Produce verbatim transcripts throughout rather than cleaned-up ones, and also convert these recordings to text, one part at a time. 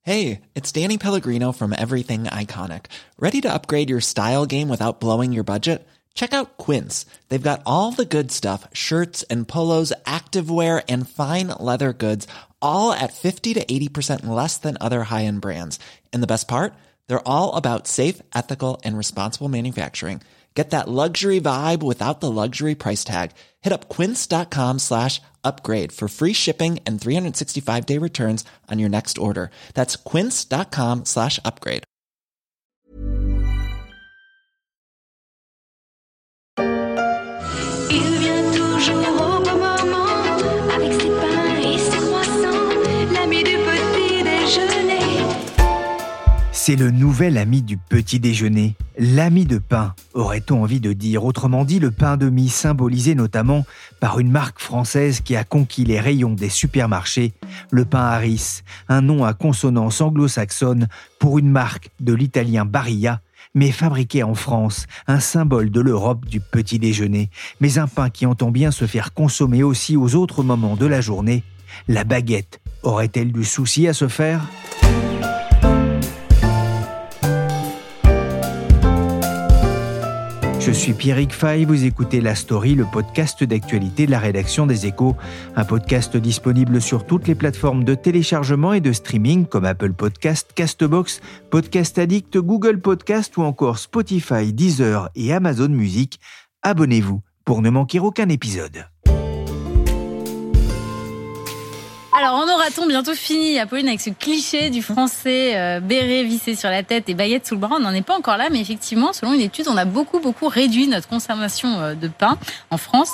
Hey, it's Danny Pellegrino from Everything Iconic. Ready to upgrade your style game without blowing your budget? Check out Quince. They've got all the good stuff, shirts and polos, activewear, and fine leather goods, all at fifty to eighty percent less than other high-end brands. And the best part? They're all about safe, ethical, and responsible manufacturing. Get that luxury vibe without the luxury price tag. Hit up quince.com slash upgrade for free shipping and three sixty-five day returns on your next order. That's quince.com slash upgrade. Il vient toujours au bon moment, avec ses pains et ses croissants, l'ami du petit déjeuner. C'est le nouvel ami du petit déjeuner, l'ami de pain, aurait-on envie de dire. Autrement dit, le pain de mie symbolisé notamment par une marque française qui a conquis les rayons des supermarchés, le pain Harris, un nom à consonance anglo-saxonne pour une marque de l'italien Barilla, mais fabriqué en France, un symbole de l'Europe du petit déjeuner, mais un pain qui entend bien se faire consommer aussi aux autres moments de la journée. La baguette aurait-elle du souci à se faire ? Je suis Pierrick Fay, vous écoutez La Story, le podcast d'actualité de la rédaction des Échos. Un podcast disponible sur toutes les plateformes de téléchargement et de streaming comme Apple Podcast, Castbox, Podcast Addict, Google Podcast ou encore Spotify, Deezer et Amazon Music. Abonnez-vous pour ne manquer aucun épisode. Alors, en aura-t-on bientôt fini, Apolline, avec ce cliché du français euh, béret vissé sur la tête et baguette sous le bras? On n'en est pas encore là, mais effectivement, selon une étude, on a beaucoup, beaucoup réduit notre consommation euh, de pain en France.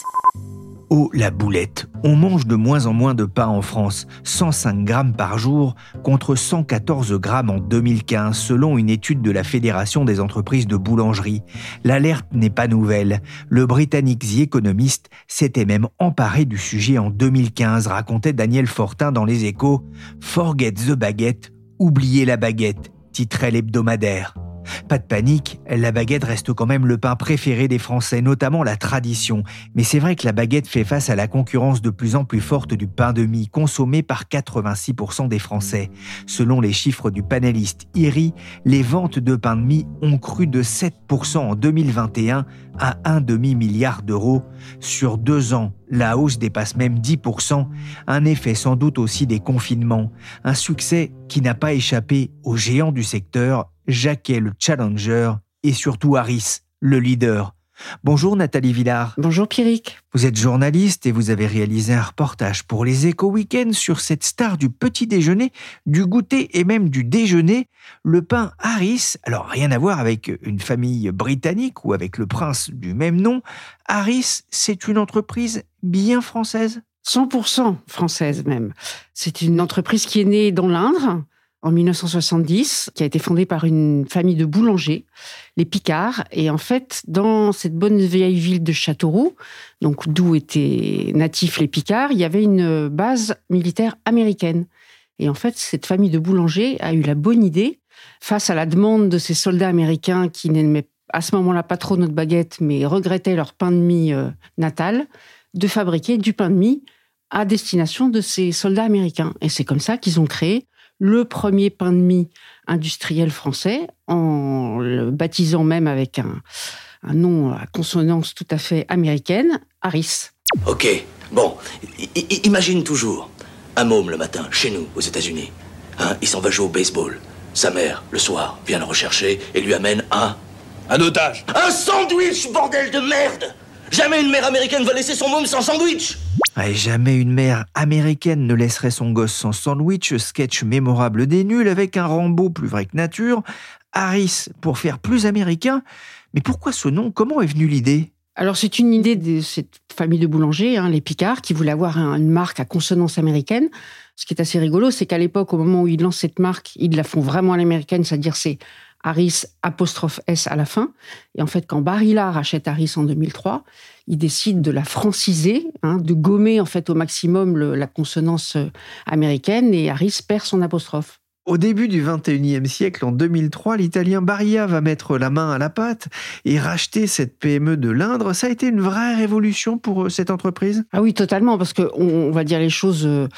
Oh, la boulette! On mange de moins en moins de pain en France, cent cinq grammes par jour contre cent quatorze grammes en deux mille quinze, selon une étude de la Fédération des entreprises de boulangerie. L'alerte n'est pas nouvelle. Le Britannique The Economist s'était même emparé du sujet en deux mille quinze, racontait Daniel Fortin dans Les Échos. « Forget the baguette, oubliez la baguette », titrait l'hebdomadaire. Pas de panique, la baguette reste quand même le pain préféré des Français, notamment la tradition. Mais c'est vrai que la baguette fait face à la concurrence de plus en plus forte du pain de mie, consommé par quatre-vingt-six pour cent des Français. Selon les chiffres du panéliste I R I, les ventes de pain de mie ont cru de sept pour cent en deux mille vingt et un à un demi-milliard d'euros. Sur deux ans, la hausse dépasse même dix pour cent, un effet sans doute aussi des confinements. Un succès qui n'a pas échappé aux géants du secteur, Jacquet le challenger et surtout Harris, le leader. Bonjour Nathalie Villard. Bonjour Pierrick. Vous êtes journaliste et vous avez réalisé un reportage pour les Échos Week-end sur cette star du petit déjeuner, du goûter et même du déjeuner, le pain Harris. Alors rien à voir avec une famille britannique ou avec le prince du même nom. Harris, c'est une entreprise bien française. cent pour cent française même. C'est une entreprise qui est née dans l'Indre en dix-neuf cent soixante-dix, qui a été fondée par une famille de boulangers, les Picards. Et en fait, dans cette bonne vieille ville de Châteauroux, donc d'où étaient natifs les Picards, il y avait une base militaire américaine. Et en fait, cette famille de boulangers a eu la bonne idée, face à la demande de ces soldats américains qui n'aimaient à ce moment-là pas trop notre baguette, mais regrettaient leur pain de mie euh, natal, de fabriquer du pain de mie à destination de ces soldats américains. Et c'est comme ça qu'ils ont créé le premier pain de mie industriel français, en le baptisant même avec un, un nom à consonance tout à fait américaine, Harris. Ok, bon, I- I- imagine toujours un môme le matin, chez nous, aux États-Unis. Hein, il s'en va jouer au baseball. Sa mère, le soir, vient le rechercher et lui amène un... Un otage. Un sandwich, bordel de merde! Jamais une mère américaine va laisser son môme sans sandwich! Et jamais une mère américaine ne laisserait son gosse sans sandwich, sketch mémorable des nuls avec un Rambo plus vrai que nature, Harris pour faire plus américain. Mais pourquoi ce nom? Comment est venue l'idée? Alors c'est une idée de cette famille de boulangers, hein, les Picards, qui voulaient avoir un, une marque à consonance américaine. Ce qui est assez rigolo, c'est qu'à l'époque, au moment où ils lancent cette marque, ils la font vraiment à l'américaine, c'est-à-dire c'est Harris apostrophe S à la fin. Et en fait, quand Barilla rachète Harris en deux mille trois, il décide de la franciser, hein, de gommer en fait au maximum le, la consonance américaine, et Harris perd son apostrophe. Au début du vingt et unième siècle, en deux mille trois, l'italien Barilla va mettre la main à la pâte et racheter cette P M E de l'Indre. Ça a été une vraie révolution pour cette entreprise? Ah oui, totalement, parce qu'on on va dire les choses... Euh,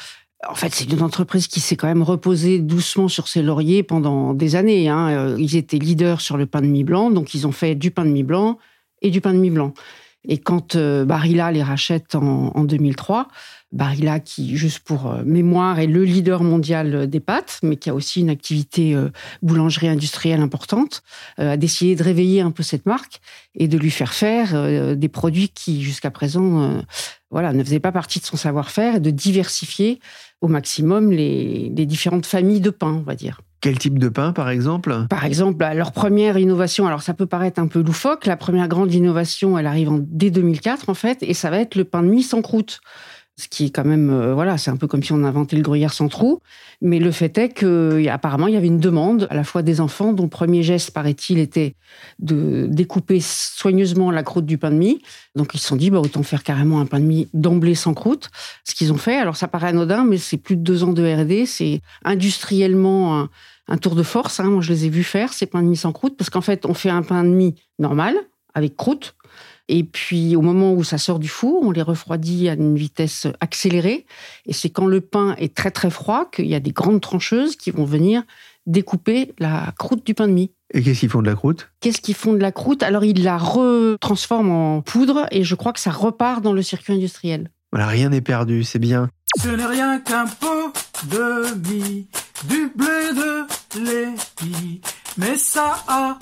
En fait, c'est une entreprise qui s'est quand même reposée doucement sur ses lauriers pendant des années. Hein. Ils étaient leaders sur le pain de mie blanc, donc ils ont fait du pain de mie blanc et du pain de mie blanc. Et quand euh, Barilla les rachète en, en deux mille trois, Barilla, qui, juste pour euh, mémoire, est le leader mondial des pâtes, mais qui a aussi une activité euh, boulangerie industrielle importante, euh, a décidé de réveiller un peu cette marque et de lui faire faire euh, des produits qui, jusqu'à présent, euh, voilà, ne faisaient pas partie de son savoir-faire, et de diversifier au maximum les, les différentes familles de pain, on va dire. Quel type de pain, par exemple ? Par exemple, leur première innovation, alors ça peut paraître un peu loufoque, la première grande innovation, elle arrive en, dès deux mille quatre, en fait, et ça va être le pain de mie sans croûte. Ce qui est quand même, euh, voilà, c'est un peu comme si on inventait le gruyère sans trou. Mais le fait est qu'apparemment, il y avait une demande, à la fois des enfants, dont le premier geste, paraît-il, était de découper soigneusement la croûte du pain de mie. Donc, ils se sont dit, bah, autant faire carrément un pain de mie d'emblée sans croûte. Ce qu'ils ont fait, alors ça paraît anodin, mais c'est plus de deux ans de R et D. C'est industriellement un, un tour de force. Hein. Moi, je les ai vus faire, ces pains de mie sans croûte, parce qu'en fait, on fait un pain de mie normal, avec croûte. Et puis, au moment où ça sort du four, on les refroidit à une vitesse accélérée. Et c'est quand le pain est très, très froid qu'il y a des grandes trancheuses qui vont venir découper la croûte du pain de mie. Et qu'est-ce qu'ils font de la croûte ? Qu'est-ce qu'ils font de la croûte ? Alors, ils la retransforment en poudre et je crois que ça repart dans le circuit industriel. Voilà, rien n'est perdu, c'est bien. Ce n'est rien qu'un pot de mie, du blé de l'épi, mais ça a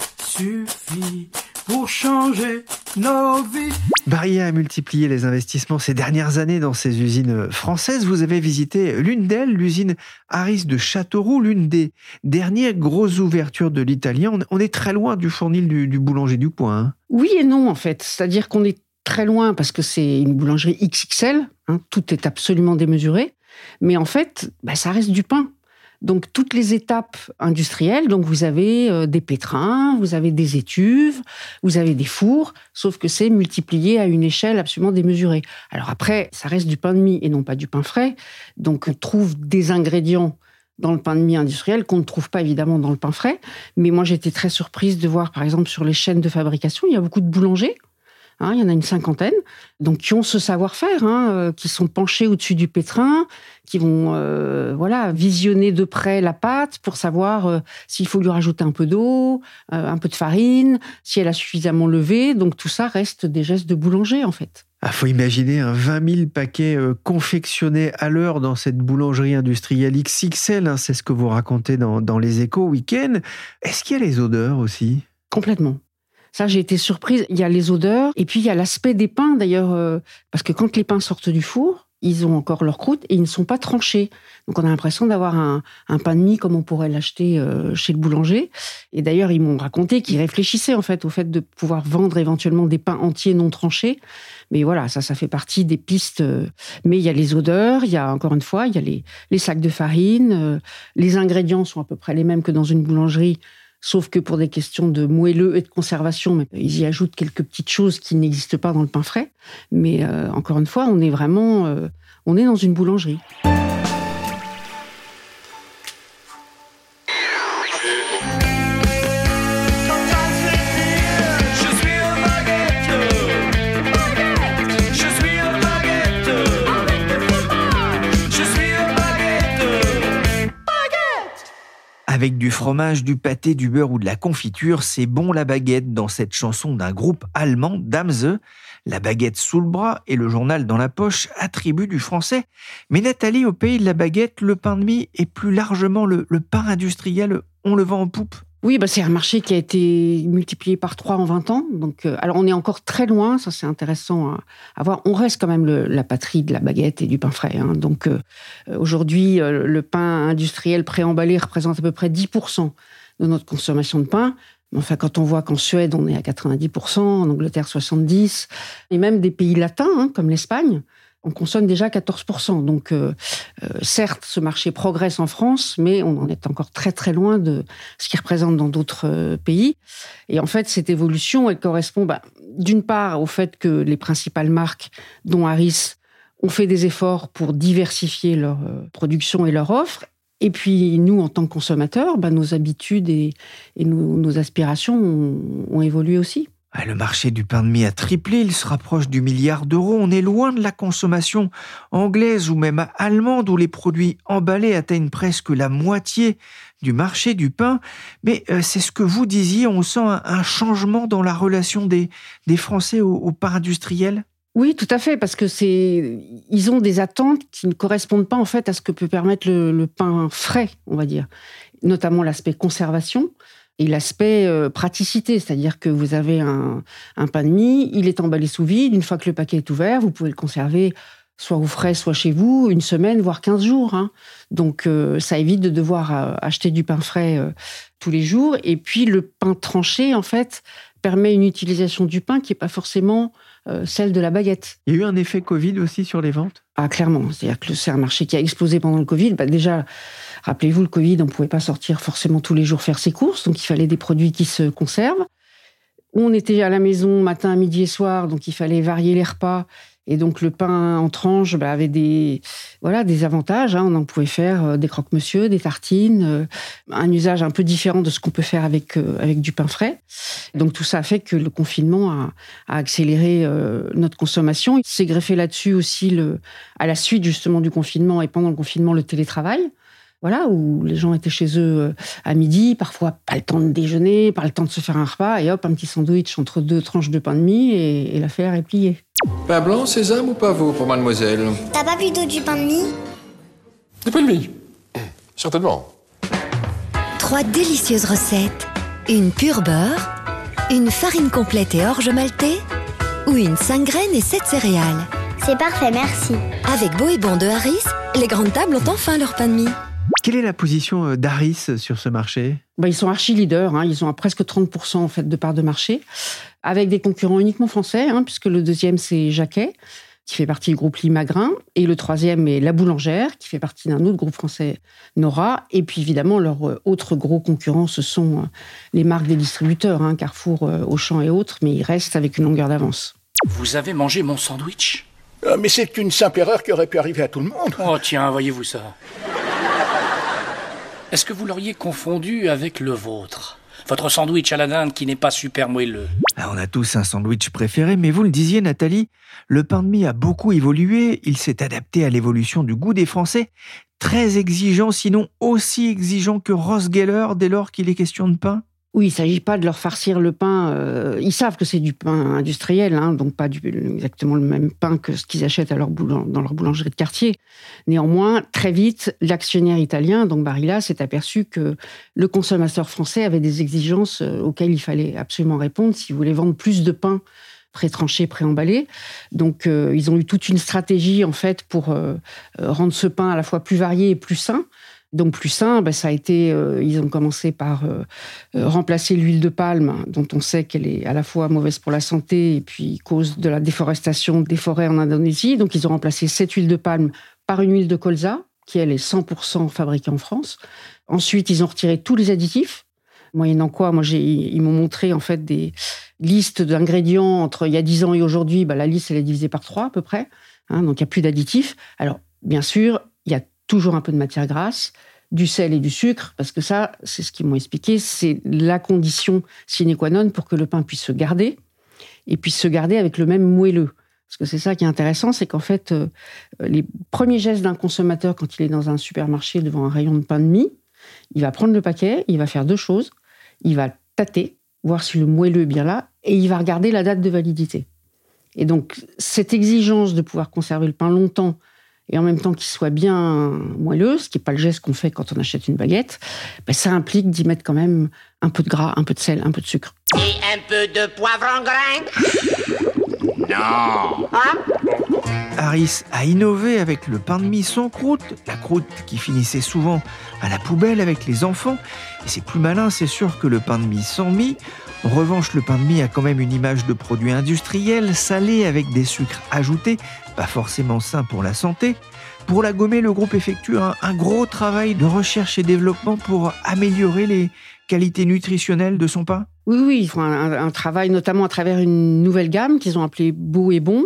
suffi pour changer nos vies. Barilla a multiplié les investissements ces dernières années dans ses usines françaises. Vous avez visité l'une d'elles, l'usine Harris de Châteauroux, l'une des dernières grosses ouvertures de l'italien. On est très loin du fournil du, du boulanger du coin. Hein. Oui et non, en fait. C'est-à-dire qu'on est très loin parce que c'est une boulangerie X X L. Hein, tout est absolument démesuré. Mais en fait, bah, ça reste du pain. Donc, toutes les étapes industrielles, donc vous avez euh, des pétrins, vous avez des étuves, vous avez des fours, sauf que c'est multiplié à une échelle absolument démesurée. Alors après, ça reste du pain de mie et non pas du pain frais. Donc, on trouve des ingrédients dans le pain de mie industriel qu'on ne trouve pas évidemment dans le pain frais. Mais moi, j'étais très surprise de voir, par exemple, sur les chaînes de fabrication, il y a beaucoup de boulangers. Hein, il y en a une cinquantaine, donc qui ont ce savoir-faire, hein, euh, qui sont penchés au-dessus du pétrin, qui vont euh, voilà, visionner de près la pâte pour savoir euh, s'il faut lui rajouter un peu d'eau, euh, un peu de farine, si elle a suffisamment levé. Donc tout ça reste des gestes de boulanger, en fait. Il ah, faut imaginer un vingt mille paquets euh, confectionnés à l'heure dans cette boulangerie industrielle X X L. Hein, c'est ce que vous racontez dans, dans Les Échos week-end. Est-ce qu'il y a les odeurs aussi ? Complètement. Ça, j'ai été surprise. Il y a les odeurs et puis il y a l'aspect des pains, d'ailleurs, euh, parce que quand les pains sortent du four, ils ont encore leur croûte et ils ne sont pas tranchés. Donc, on a l'impression d'avoir un, un pain de mie comme on pourrait l'acheter euh, chez le boulanger. Et d'ailleurs, ils m'ont raconté qu'ils réfléchissaient, en fait, au fait de pouvoir vendre éventuellement des pains entiers non tranchés. Mais voilà, ça, ça fait partie des pistes. Mais il y a les odeurs, il y a, encore une fois, il y a les, les sacs de farine. Euh, les ingrédients sont à peu près les mêmes que dans une boulangerie, sauf que pour des questions de moelleux et de conservation, ils y ajoutent quelques petites choses qui n'existent pas dans le pain frais. Mais euh, encore une fois, on est vraiment, euh, on est dans une boulangerie. Avec du fromage, du pâté, du beurre ou de la confiture, c'est bon la baguette dans cette chanson d'un groupe allemand, Damse. La baguette sous le bras et le journal dans la poche, attribut du français. Mais Nathalie, au pays de la baguette, le pain de mie et plus largement le, le pain industriel, on le vend en poupe. Oui, bah c'est un marché qui a été multiplié par trois en vingt ans. Donc, euh, alors on est encore très loin, ça c'est intéressant à, à voir. On reste quand même le, la patrie de la baguette et du pain frais. Hein. Donc euh, aujourd'hui, euh, le pain industriel préemballé représente à peu près dix pour cent de notre consommation de pain. Enfin, quand on voit qu'en Suède, on est à quatre-vingt-dix pour cent, en Angleterre, soixante-dix pour cent, et même des pays latins, hein, comme l'Espagne, on consomme déjà quatorze pour cent. Donc, euh, euh, certes, ce marché progresse en France, mais on en est encore très, très loin de ce qu'il représente dans d'autres euh, pays. Et en fait, cette évolution, elle correspond bah, d'une part au fait que les principales marques, dont Harris, ont fait des efforts pour diversifier leur euh, production et leur offre. Et puis, nous, en tant que consommateurs, bah, nos habitudes et, et nos, nos aspirations ont, ont évolué aussi. Le marché du pain de mie a triplé, il se rapproche du milliard d'euros. On est loin de la consommation anglaise ou même allemande où les produits emballés atteignent presque la moitié du marché du pain. Mais euh, c'est ce que vous disiez, on sent un, un changement dans la relation des, des Français au, au pain industriel ? Oui, tout à fait, parce que c'est, ils ont des attentes qui ne correspondent pas en fait à ce que peut permettre le, le pain frais, on va dire, notamment l'aspect conservation. Et l'aspect euh, praticité, c'est-à-dire que vous avez un, un pain de mie, il est emballé sous vide, une fois que le paquet est ouvert, vous pouvez le conserver soit au frais, soit chez vous, une semaine, voire quinze jours. Hein. Donc euh, ça évite de devoir euh, acheter du pain frais euh, tous les jours. Et puis le pain tranché, en fait, permet une utilisation du pain qui n'est pas forcément euh, celle de la baguette. Il y a eu un effet Covid aussi sur les ventes ? Ah, clairement. C'est-à-dire que c'est un marché qui a explosé pendant le Covid. Bah, déjà, rappelez-vous, le Covid, on ne pouvait pas sortir forcément tous les jours faire ses courses, donc il fallait des produits qui se conservent. On était à la maison matin, midi et soir, donc il fallait varier les repas. Et donc le pain en tranche bah, avait des, voilà, des avantages. Hein. On en pouvait faire des croque-monsieur, des tartines, euh, un usage un peu différent de ce qu'on peut faire avec, euh, avec du pain frais. Donc tout ça a fait que le confinement a, a accéléré euh, notre consommation. Il s'est greffé là-dessus aussi, le, à la suite justement du confinement et pendant le confinement, le télétravail. Voilà, où les gens étaient chez eux à midi, parfois pas le temps de déjeuner, pas le temps de se faire un repas, et hop, un petit sandwich entre deux tranches de pain de mie, et, et l'affaire est pliée. Pain blanc, sésame ou pavot pour mademoiselle ? T'as pas plutôt du pain de mie ? Du pain de mie ? Certainement. Trois délicieuses recettes. Une pure beurre, une farine complète et orge maltais, ou une cinq graines et sept céréales. C'est parfait, merci. Avec Beau et Bon de Harris, les grandes tables ont enfin leur pain de mie. Quelle est la position d'Harris sur ce marché ? Bah, ils sont archi-leaders, hein. Ils ont à presque trente pour cent en fait, de part de marché, avec des concurrents uniquement français, hein, puisque le deuxième, c'est Jacquet, qui fait partie du groupe Limagrin, et le troisième est La Boulangère, qui fait partie d'un autre groupe français, Nora, et puis évidemment, leurs autres gros concurrents, ce sont les marques des distributeurs, hein, Carrefour, Auchan et autres, mais ils restent avec une longueur d'avance. Vous avez mangé mon sandwich ? Euh, mais c'est une simple erreur qui aurait pu arriver à tout le monde. Oh tiens, voyez-vous ça. Est-ce que vous l'auriez confondu avec le vôtre ? Votre sandwich à la dinde qui n'est pas super moelleux. Ah, on a tous un sandwich préféré, mais vous le disiez Nathalie, le pain de mie a beaucoup évolué, il s'est adapté à l'évolution du goût des Français, très exigeant, sinon aussi exigeant que Ross Geller dès lors qu'il est question de pain. Oui, il ne s'agit pas de leur farcir le pain. Euh, ils savent que c'est du pain industriel, hein, donc pas du, exactement le même pain que ce qu'ils achètent à leur boulang, dans leur boulangerie de quartier. Néanmoins, très vite, l'actionnaire italien, donc Barilla, s'est aperçu que le consommateur français avait des exigences auxquelles il fallait absolument répondre s'il voulait vendre plus de pain pré-tranché, pré-emballé. Donc, euh, ils ont eu toute une stratégie, en fait, pour euh, rendre ce pain à la fois plus varié et plus sain. Donc plus sain, ben, ça a été, euh, ils ont commencé par euh, euh, remplacer l'huile de palme, dont on sait qu'elle est à la fois mauvaise pour la santé et puis cause de la déforestation des forêts en Indonésie. Donc ils ont remplacé cette huile de palme par une huile de colza, qui elle est cent pour cent fabriquée en France. Ensuite, ils ont retiré tous les additifs, moyennant quoi, moi j'ai, ils m'ont montré en fait des listes d'ingrédients entre il y a dix ans et aujourd'hui. Ben, la liste elle est divisée par trois à peu près, hein, donc il n'y a plus d'additifs. Alors bien sûr, il y a toujours un peu de matière grasse, du sel et du sucre, parce que ça, c'est ce qu'ils m'ont expliqué, c'est la condition sine qua non pour que le pain puisse se garder, et puisse se garder avec le même moelleux. Parce que c'est ça qui est intéressant, c'est qu'en fait, euh, les premiers gestes d'un consommateur quand il est dans un supermarché devant un rayon de pain de mie, il va prendre le paquet, il va faire deux choses, il va tâter, voir si le moelleux est bien là, et il va regarder la date de validité. Et donc, cette exigence de pouvoir conserver le pain longtemps, et en même temps qu'il soit bien moelleux, ce qui n'est pas le geste qu'on fait quand on achète une baguette, ben ça implique d'y mettre quand même un peu de gras, un peu de sel, un peu de sucre. Et un peu de poivre en grain ? Non. Hein ? Harris a innové avec le pain de mie sans croûte, la croûte qui finissait souvent à la poubelle avec les enfants. Et c'est plus malin, c'est sûr, que le pain de mie sans mie. En revanche, le pain de mie a quand même une image de produit industriel, salé avec des sucres ajoutés, pas forcément sain pour la santé. Pour la gommer, le groupe effectue un, un gros travail de recherche et développement pour améliorer les qualités nutritionnelles de son pain. Oui, oui, ils font un, un, un travail notamment à travers une nouvelle gamme qu'ils ont appelée Beau et Bon,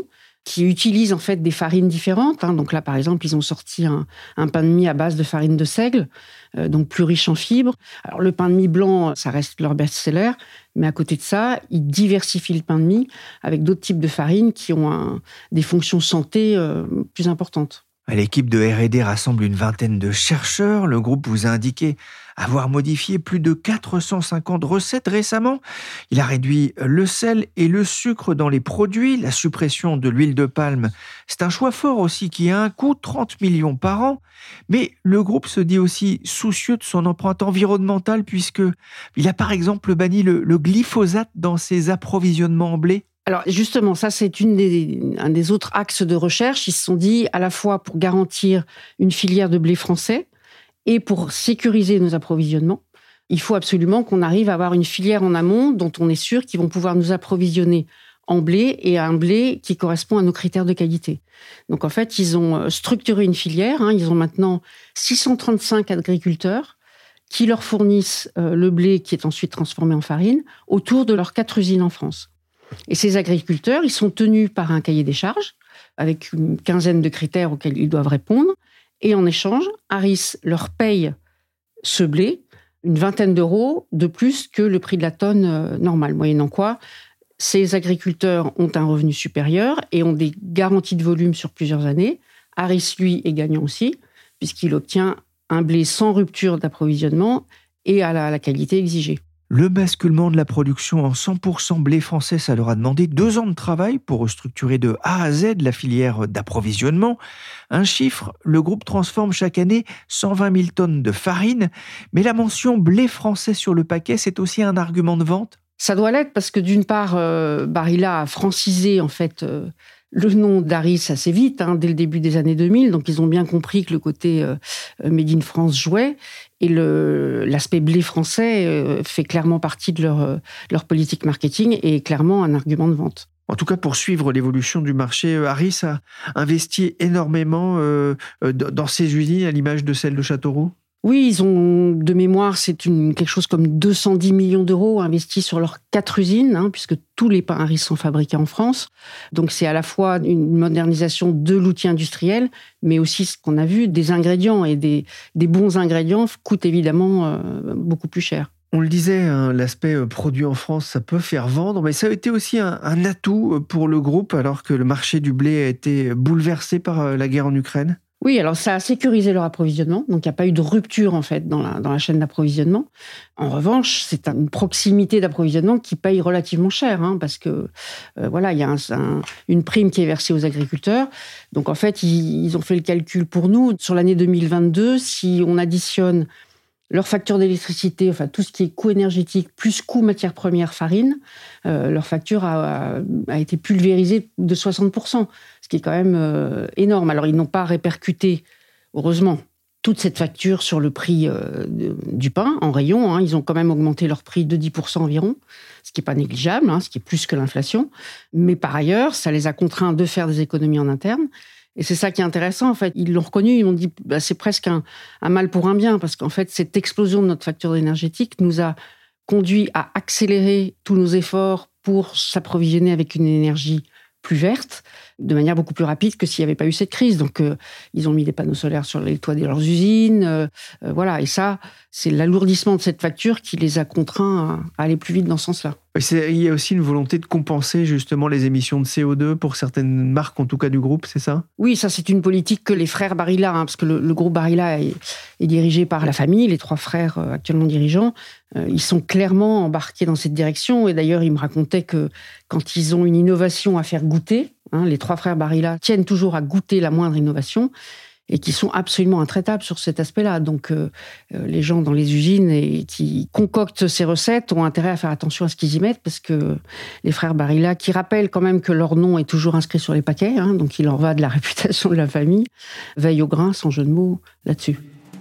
qui utilisent en fait des farines différentes. Hein. Donc là, par exemple, ils ont sorti un, un pain de mie à base de farine de seigle, euh, donc plus riche en fibres. Alors le pain de mie blanc, ça reste leur best-seller, mais à côté de ça, ils diversifient le pain de mie avec d'autres types de farines qui ont un, des fonctions santé euh, plus importantes. L'équipe de R et D rassemble une vingtaine de chercheurs. Le groupe vous a indiqué avoir modifié plus de quatre cent cinquante recettes récemment. Il a réduit le sel et le sucre dans les produits. La suppression de l'huile de palme, c'est un choix fort aussi qui a un coût, trente millions par an. Mais le groupe se dit aussi soucieux de son empreinte environnementale puisqu'il a par exemple banni le, le glyphosate dans ses approvisionnements en blé. Alors justement, ça c'est une des, un des autres axes de recherche. Ils se sont dit à la fois pour garantir une filière de blé français et pour sécuriser nos approvisionnements, il faut absolument qu'on arrive à avoir une filière en amont dont on est sûr qu'ils vont pouvoir nous approvisionner en blé et un blé qui correspond à nos critères de qualité. Donc en fait, ils ont structuré une filière. Hein, ils ont maintenant six cent trente-cinq agriculteurs qui leur fournissent euh, le blé qui est ensuite transformé en farine autour de leurs quatre usines en France. Et ces agriculteurs, ils sont tenus par un cahier des charges avec une quinzaine de critères auxquels ils doivent répondre. Et en échange, Harris leur paye ce blé une vingtaine d'euros de plus que le prix de la tonne euh, normale. Moyennant quoi, ces agriculteurs ont un revenu supérieur et ont des garanties de volume sur plusieurs années. Harris, lui, est gagnant aussi, puisqu'il obtient un blé sans rupture d'approvisionnement et à la, à la qualité exigée. Le basculement de la production en cent pour cent blé français, ça leur a demandé deux ans de travail pour restructurer de A à Z la filière d'approvisionnement. Un chiffre, le groupe transforme chaque année cent vingt mille tonnes de farine, mais la mention blé français sur le paquet, c'est aussi un argument de vente. Ça doit l'être parce que d'une part, euh, Barilla a francisé en fait euh, le nom d'Harris assez vite, hein, dès le début des années deux mille. Donc ils ont bien compris que le côté euh, Made in France jouait. Et le, l'aspect blé français euh, fait clairement partie de leur, euh, leur politique marketing et est clairement un argument de vente. En tout cas, pour suivre l'évolution du marché, Harris a investi énormément euh, dans ses usines, à l'image de celle de Châteauroux. Oui, ils ont, de mémoire, c'est une, quelque chose comme deux cent dix millions d'euros investis sur leurs quatre usines, hein, puisque tous les pains Harris sont fabriqués en France. Donc c'est à la fois une modernisation de l'outil industriel, mais aussi ce qu'on a vu, des ingrédients. Et des, des bons ingrédients coûtent évidemment euh, beaucoup plus cher. On le disait, hein, l'aspect produit en France, ça peut faire vendre, mais ça a été aussi un, un atout pour le groupe, alors que le marché du blé a été bouleversé par la guerre en Ukraine. Oui, alors ça a sécurisé leur approvisionnement, donc il n'y a pas eu de rupture en fait dans la, dans la chaîne d'approvisionnement. En revanche, c'est une proximité d'approvisionnement qui paye relativement cher, hein, parce que euh, voilà, il y a un, un, une prime qui est versée aux agriculteurs. Donc en fait, ils, ils ont fait le calcul pour nous sur l'année deux mille vingt-deux, si on additionne leur facture d'électricité, enfin tout ce qui est coût énergétique, plus coût matières premières, farine, euh, leur facture a, a été pulvérisée de soixante pour cent, ce qui est quand même euh, énorme. Alors ils n'ont pas répercuté, heureusement, toute cette facture sur le prix euh, de, du pain en rayon. Hein. Ils ont quand même augmenté leur prix de dix pour cent environ, ce qui n'est pas négligeable, hein, ce qui est plus que l'inflation. Mais par ailleurs, ça les a contraints de faire des économies en interne. Et c'est ça qui est intéressant, en fait. Ils l'ont reconnu, ils m'ont dit bah, c'est presque un, un mal pour un bien, parce qu'en fait, cette explosion de notre facture énergétique nous a conduit à accélérer tous nos efforts pour s'approvisionner avec une énergie plus verte, de manière beaucoup plus rapide que s'il n'y avait pas eu cette crise. Donc, euh, ils ont mis des panneaux solaires sur les toits de leurs usines. Euh, euh, voilà. Et ça, c'est l'alourdissement de cette facture qui les a contraints à, à aller plus vite dans ce sens-là. C'est, il y a aussi une volonté de compenser justement les émissions de C O deux pour certaines marques, en tout cas du groupe, c'est ça ? Oui, ça c'est une politique que les frères Barilla, hein, parce que le, le groupe Barilla est, est dirigé par la famille, les trois frères euh, actuellement dirigeants, euh, ils sont clairement embarqués dans cette direction. Et d'ailleurs, ils me racontaient que quand ils ont une innovation à faire goûter, hein, les trois frères Barilla tiennent toujours à goûter la moindre innovation, et qui sont absolument intraitables sur cet aspect-là. Donc, euh, les gens dans les usines et qui concoctent ces recettes ont intérêt à faire attention à ce qu'ils y mettent, parce que les frères Barilla, qui rappellent quand même que leur nom est toujours inscrit sur les paquets, hein, donc il en va de la réputation de la famille, veillent au grain, sans jeu de mots, là-dessus.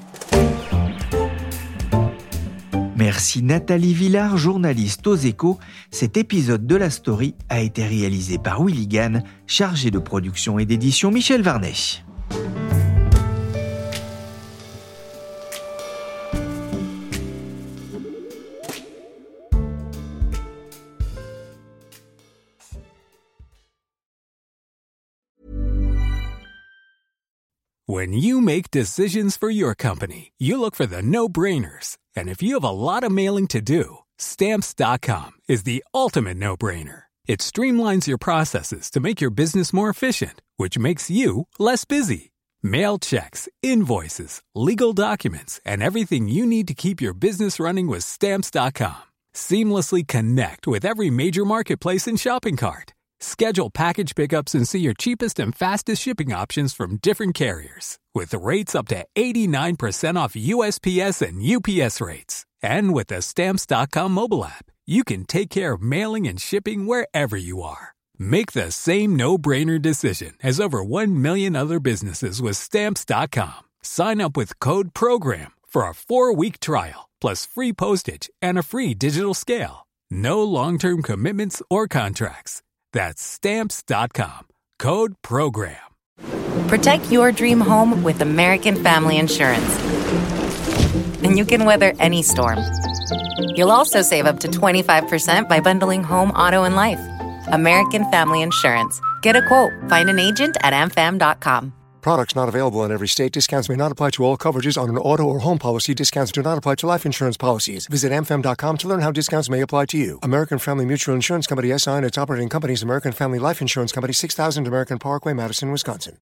Merci Nathalie Villard, journaliste aux Échos. Cet épisode de La Story a été réalisé par Willy Gann, chargé de production et d'édition Michel Varnet. When you make decisions for your company, you look for the no-brainers. And if you have a lot of mailing to do, Stamps dot com is the ultimate no-brainer. It streamlines your processes to make your business more efficient, which makes you less busy. Mail checks, invoices, legal documents, and everything you need to keep your business running with Stamps dot com. Seamlessly connect with every major marketplace and shopping cart. Schedule package pickups and see your cheapest and fastest shipping options from different carriers. With rates up to eighty-nine percent off U S P S and U P S rates. And with the Stamps dot com mobile app, you can take care of mailing and shipping wherever you are. Make the same no-brainer decision as over one million other businesses with Stamps dot com. Sign up with code PROGRAM for a four-week trial, plus free postage and a free digital scale. No long-term commitments or contracts. That's Stamps dot com. Code PROGRAM. Protect your dream home with American Family Insurance. And you can weather any storm. You'll also save up to twenty-five percent by bundling home, auto, and life. American Family Insurance. Get a quote. Find an agent at a m fam dot com. Products not available in every state. Discounts may not apply to all coverages on an auto or home policy. Discounts do not apply to life insurance policies. Visit a m fam dot com to learn how discounts may apply to you. American Family Mutual Insurance Company, S I and its operating companies, American Family Life Insurance Company, six thousand American Parkway, Madison, Wisconsin.